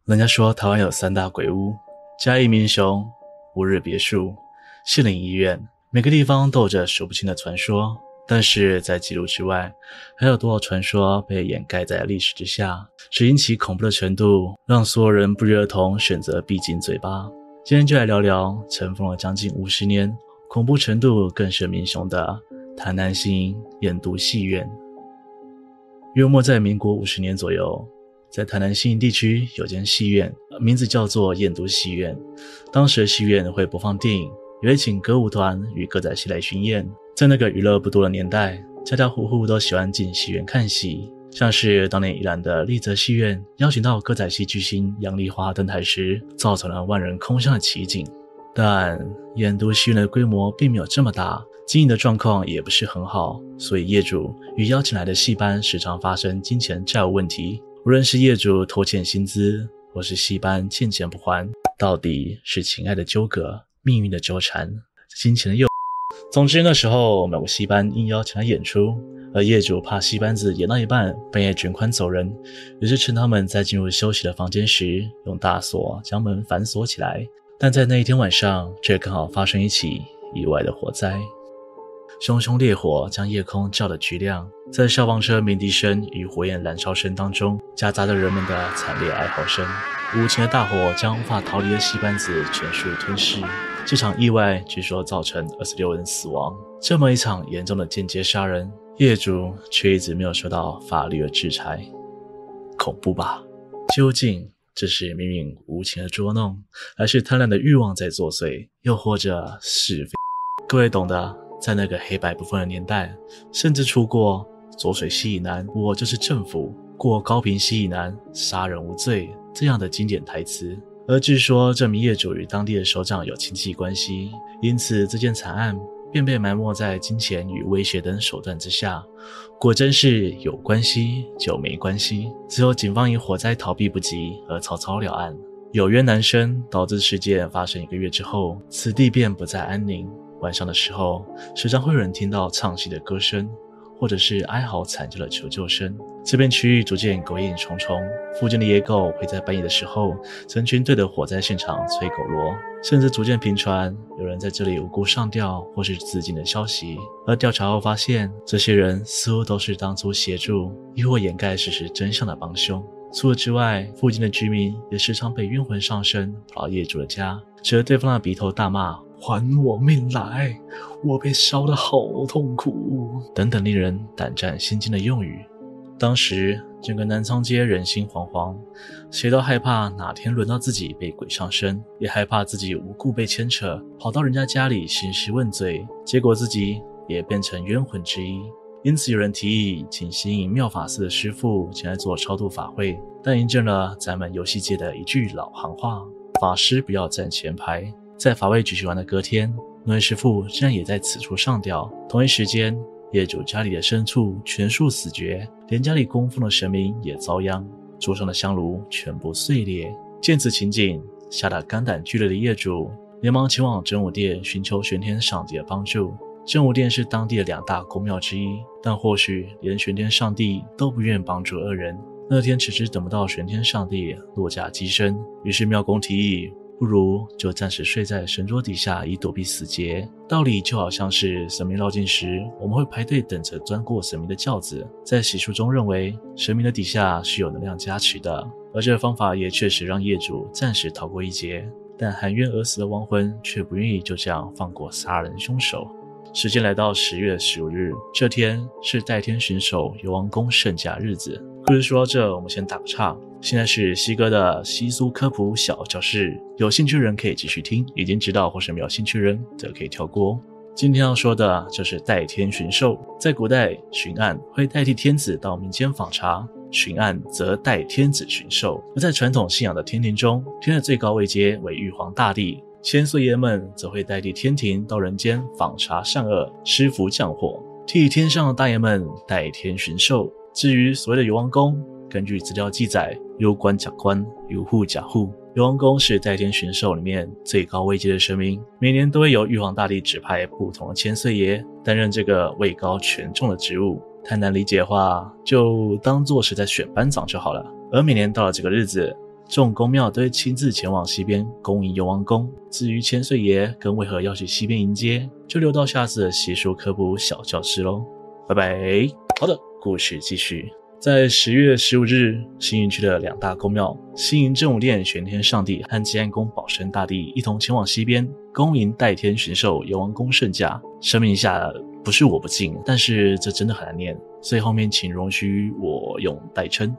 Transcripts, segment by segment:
人家说台湾有3大鬼屋：嘉义民雄、乌日别墅、士林医院，每个地方都有着数不清的传说。但是在记录之外，还有多少传说被掩盖在历史之下，只因其恐怖的程度，让所有人不约而同选择闭紧嘴巴。今天就来聊聊尘封了将近50年，恐怖程度更是民雄的台南新燕都戏院。约莫在民国50年左右，在台南新营地区有间戏院，名字叫做燕都戏院。当时的戏院会播放电影，也会请歌舞团与歌仔戏来巡演。在那个娱乐不多的年代，家家户户都喜欢进戏院看戏，像是当年宜兰的丽泽戏院邀请到歌仔戏巨星杨丽花登台时，造成了万人空巷的奇景。但燕都戏院的规模并没有这么大，经营的状况也不是很好，所以业主与邀请来的戏班时常发生金钱债务问题。无论是业主拖欠薪资，或是戏班欠钱不还，到底是情爱的纠葛、命运的纠缠、金钱的诱惑。总之那时候某个戏班应邀请来演出，而业主怕戏班子演到一半半夜卷款走人，于是趁他们在进入休息的房间时，用大锁将门反锁起来。但在那一天晚上，却刚好发生一起意外的火灾。熊熊烈火将夜空照得巨亮，在消防车鸣笛声与火焰燃烧声当中，夹杂着人们的惨烈哀嚎声。无情的大火将无法逃离的戏班子全数吞噬。这场意外据说造成26人死亡。这么一场严重的间接杀人，业主却一直没有受到法律的制裁。恐怖吧？究竟这是命运无情的捉弄，还是贪婪的欲望在作祟，又或者是非？各位懂的，在那个黑白不分的年代，甚至出过浊水溪以南我就是政府，过高屏溪以南杀人无罪这样的经典台词。而据说这名业主与当地的首长有亲戚关系，因此这件惨案便被埋没在金钱与威胁等手段之下。果真是有关系就没关系，最后警方以火灾逃避不及而草草了案。有冤难伸，导致事件发生1个月之后，此地便不再安宁。晚上的时候，时常会有人听到唱戏的歌声，或者是哀嚎惨叫的求救声。这片区域逐渐狗影重重，附近的野狗会在半夜的时候成群对着火灾现场吹狗螺，甚至逐渐频传有人在这里无故上吊或是自尽的消息。而调查后发现，这些人似乎都是当初协助亦或掩盖事实真相的帮凶。除此之外，附近的居民也时常被冤魂上身，跑到业主的家，指着对方的鼻头大骂：还我命来，我被烧得好痛苦等等令人胆战心惊的用语。当时整个南昌街人心惶惶，谁都害怕哪天轮到自己被鬼上身，也害怕自己无故被牵扯跑到人家家里兴师问罪，结果自己也变成冤魂之一。因此有人提议请新营妙法寺的师父前来做超度法会，但印证了咱们游戏界的一句老行话：法师不要站前排。在法会举行完的隔天，那位师父竟然也在此处上吊。同一时间，业主家里的牲畜全数死绝，连家里供奉的神明也遭殃，桌上的香炉全部碎裂。见此情景，吓得肝胆俱裂的业主连忙前往真武殿寻求玄天上帝的帮助。真武殿是当地的2大公庙之一，但或许连玄天上帝都不愿帮助2人。那天迟迟等不到玄天上帝落驾机身，于是庙公提议，不如就暂时睡在神桌底下以躲避死劫。道理就好像是神明绕境时，我们会排队等着钻过神明的轿子，在习俗中认为神明的底下是有能量加持的，而这个方法也确实让业主暂时逃过一劫。但含冤而死的亡魂却不愿意就这样放过杀人凶手。时间来到10月15日，这天是代天巡狩游王公圣假日子。故事说到这，我们先打个岔。现在是西哥的习俗科普小教室，有兴趣的人可以继续听，已经知道或是没有兴趣的人则可以跳过。今天要说的就是代天巡狩。在古代，巡案会代替天子到民间访查，巡案则代天子巡狩。而在传统信仰的天庭中，天的最高位阶为玉皇大帝，千岁爷们则会代替天庭到人间访查善恶，施福降祸，替天上的大爷们代天巡狩。至于所谓的游王公，根据资料记载，有官假官，有户假户。游王公是代天巡狩里面最高位阶的神明，每年都会由玉皇大帝指派不同的千岁爷担任这个位高权重的职务。太难理解的话，就当作是在选班长就好了。而每年到了这个日子， 众公庙都会亲自前往西边恭迎游王公。至于千岁爷跟为何要去西边迎接，就留到下次的习俗科普小教室咯。拜拜。好的，故事继续。在10月15日，新营区的2大公庙新营真武殿玄天上帝和济安宫保生大帝一同前往西边恭迎代天巡狩游王公圣驾。声明一下，不是我不敬，但是这真的很难念，所以后面请容许我用代称。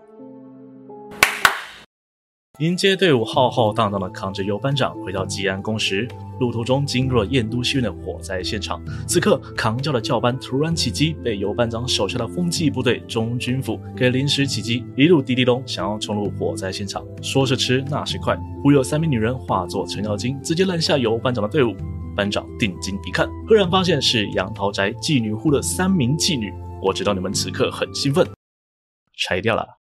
迎接队伍浩浩荡荡地扛着游班长回到济安宫时，路途中经过了燕都戏院的火灾现场。此刻扛轿的轿班突然起机，被游班长手下的风纪部队中军府给临时起机，一路滴滴咚想要冲入火灾现场。说是迟，那是快，忽有3名女人化作程咬金，直接拦下游班长的队伍。班长定睛一看，赫然发现是杨桃宅妓女户的3名妓女。我知道你们此刻很兴奋，拆掉了。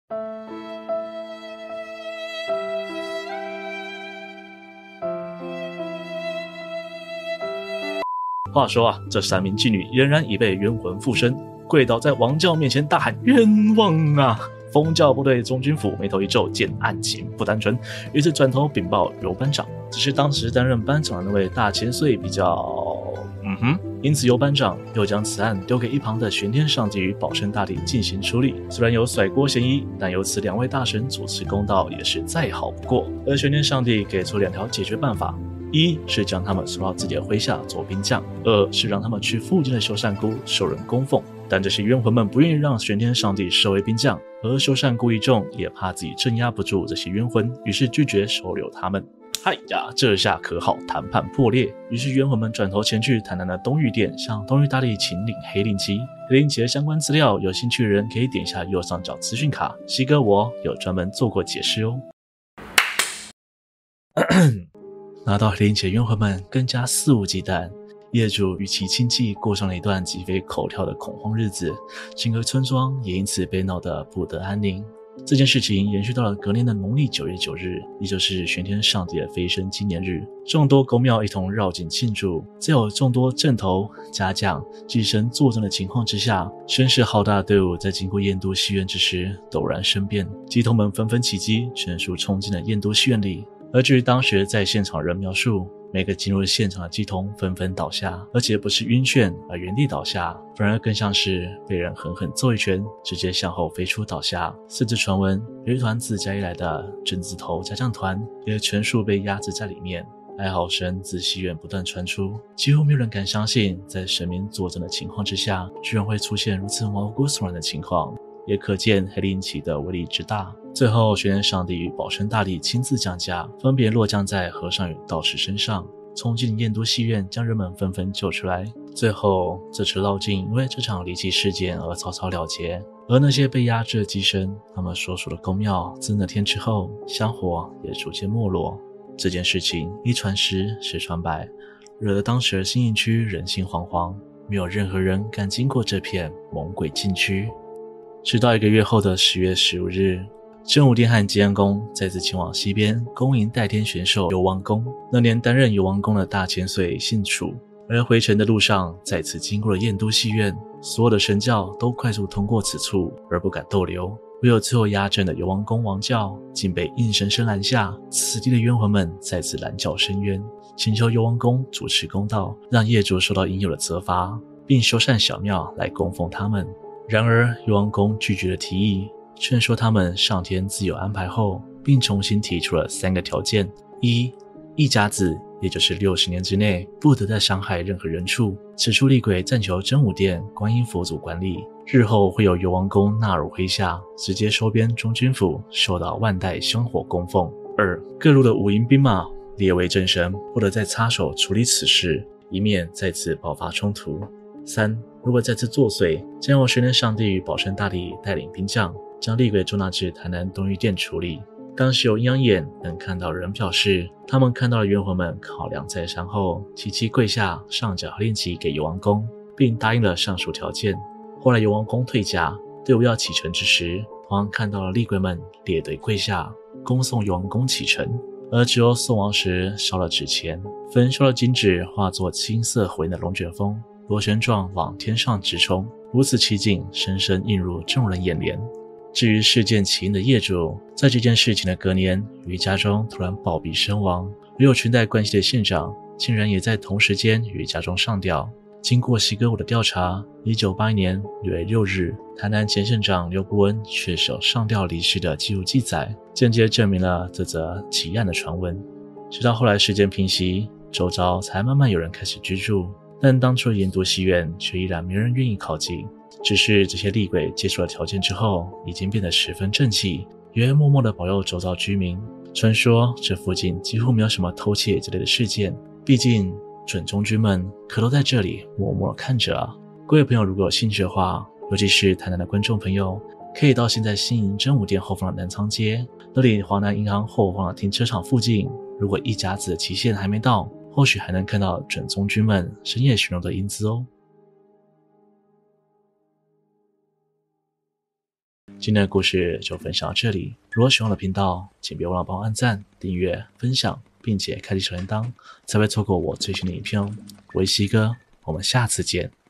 话说啊，这3名妓女仍然已被冤魂附身，跪倒在王教面前大喊冤枉啊！封教部队中军府眉头一皱，见案情不单纯，于是转头禀报游班长。只是当时担任班长的那位大千岁比较因此游班长又将此案丢给一旁的玄天上帝与保生大帝进行处理。虽然有甩锅嫌疑，但由此2位大神主持公道也是再好不过。而玄天上帝给出2条解决办法，一是将他们收到自己的麾下做兵将，2是让他们去附近的修善窟受人供奉。但这些冤魂们不愿意让玄天上帝收为兵将，而修善窟一众也怕自己镇压不住这些冤魂，于是拒绝收留他们。嗨呀，这下可好，谈判破裂。于是冤魂们转头前去台南的东御殿，向东御大帝请领黑令旗。黑令旗的相关资料，有兴趣的人可以点一下右上角资讯卡，西哥我有专门做过解释哦。拿到黑令旗的冤魂们更加肆无忌惮，业主与其亲戚过上了一段鸡飞狗跳的恐慌日子，整个村庄也因此被闹得不得安宁。这件事情延续到了隔年的农历9月9日，也就是玄天上帝的飞升纪念日，众多公庙一同绕境庆祝。在有众多阵头、家将、祭神坐镇的情况之下，声势浩大的队伍在经过燕都戏院之时陡然生变，鸡童们纷纷起机，全数冲进了燕都戏院里。而据当时在现场人描述，每个进入现场的鸡童纷纷倒下，而且不是晕眩而原地倒下，反而更像是被人狠狠揍一拳，直接向后飞出倒下。甚至传闻有一团自嘉义来的针字头家将团也全数被压制在里面。哀嚎声自戏院不断传出，几乎没有人敢相信，在神明坐镇的情况之下，居然会出现如此毛骨悚然的情况，也可见黑令旗的威力之大。最后玄天上帝与保生大帝亲自降价，分别落降在和尚与道士身上，冲进燕都戏院，将人们纷纷救出来。最后这次绕境因为这场离奇事件而草草了结。而那些被压制的鸡身，他们所属的宫庙自那天之后，香火也逐渐没落。这件事情一传十，十传百，惹得当时的新营区人心惶惶，没有任何人敢经过这片猛鬼禁区。直到1个月后的10月15日，真武殿和济安宫再次前往西边恭迎代天玄寿游王公。那年担任游王公的大千岁姓楚，而回程的路上再次经过了燕都戏院，所有的神教都快速通过此处而不敢逗留，唯有最后压阵的游王公王教竟被硬生生拦下。此地的冤魂们再次拦轿申冤，请求游王公主持公道，让业主受到应有的责罚，并修缮小庙来供奉他们。然而游王公拒绝了提议，劝说他们上天自有安排后，并重新提出了3个条件：一家子，也就是60年之内不得再伤害任何人畜。此处厉鬼暂求真武殿观音佛祖管理，日后会有游王公纳入麾下，直接收编中军府，受到万代香火供奉。2各路的武营兵马列为正神，不得再插手处理此事，以免再次爆发冲突。3如果再次作祟，将由玄天上帝与保生大帝带领兵将，将厉鬼捉拿至台南东御殿处理。当时有阴阳眼能看到的人表示，他们看到了冤魂们考量再三后，齐齐跪下上缴令旗给游王公，并答应了上述条件。后来游王公退驾，队伍要启程之时，同样看到了厉鬼们列队跪下恭送游王公启程，而只有送王时烧了纸钱，焚烧的金纸化作青色火焰的龙卷风，螺旋状往天上直冲，如此奇景深深映入众人眼帘。 至于事件起因的业主，在这件事情的隔年于家中突然暴毙身亡，而有裙带关系的县长竟然也在同时间于家中上吊。经过西歌舞的调查，1981年6月6日，台南前县长刘伯温确实有上吊离世的记录记载，间接证明了这则奇案的传闻。直到后来事件平息，周遭才慢慢有人开始居住，但当初的研读戏院却依然没人愿意靠近。只是这些厉鬼接触了条件之后，已经变得十分正气，也会默默地保佑周遭居民。传说这附近几乎没有什么偷窃之类的事件，毕竟准中军们可都在这里默默地看着啊。各位朋友如果有兴趣的话，尤其是台南的观众朋友，可以到现在新营真武店后方的南仓街，那里华南银行后方的停车场附近，如果一甲子的期限还没到，或许还能看到准中军们深夜巡逻的英姿哦。今天的故事就分享到这里，如果喜欢我的频道，请别忘了帮我按赞、订阅、分享，并且开启小铃铛，才不会错过我最新的影片哦。我是西哥，我们下次见。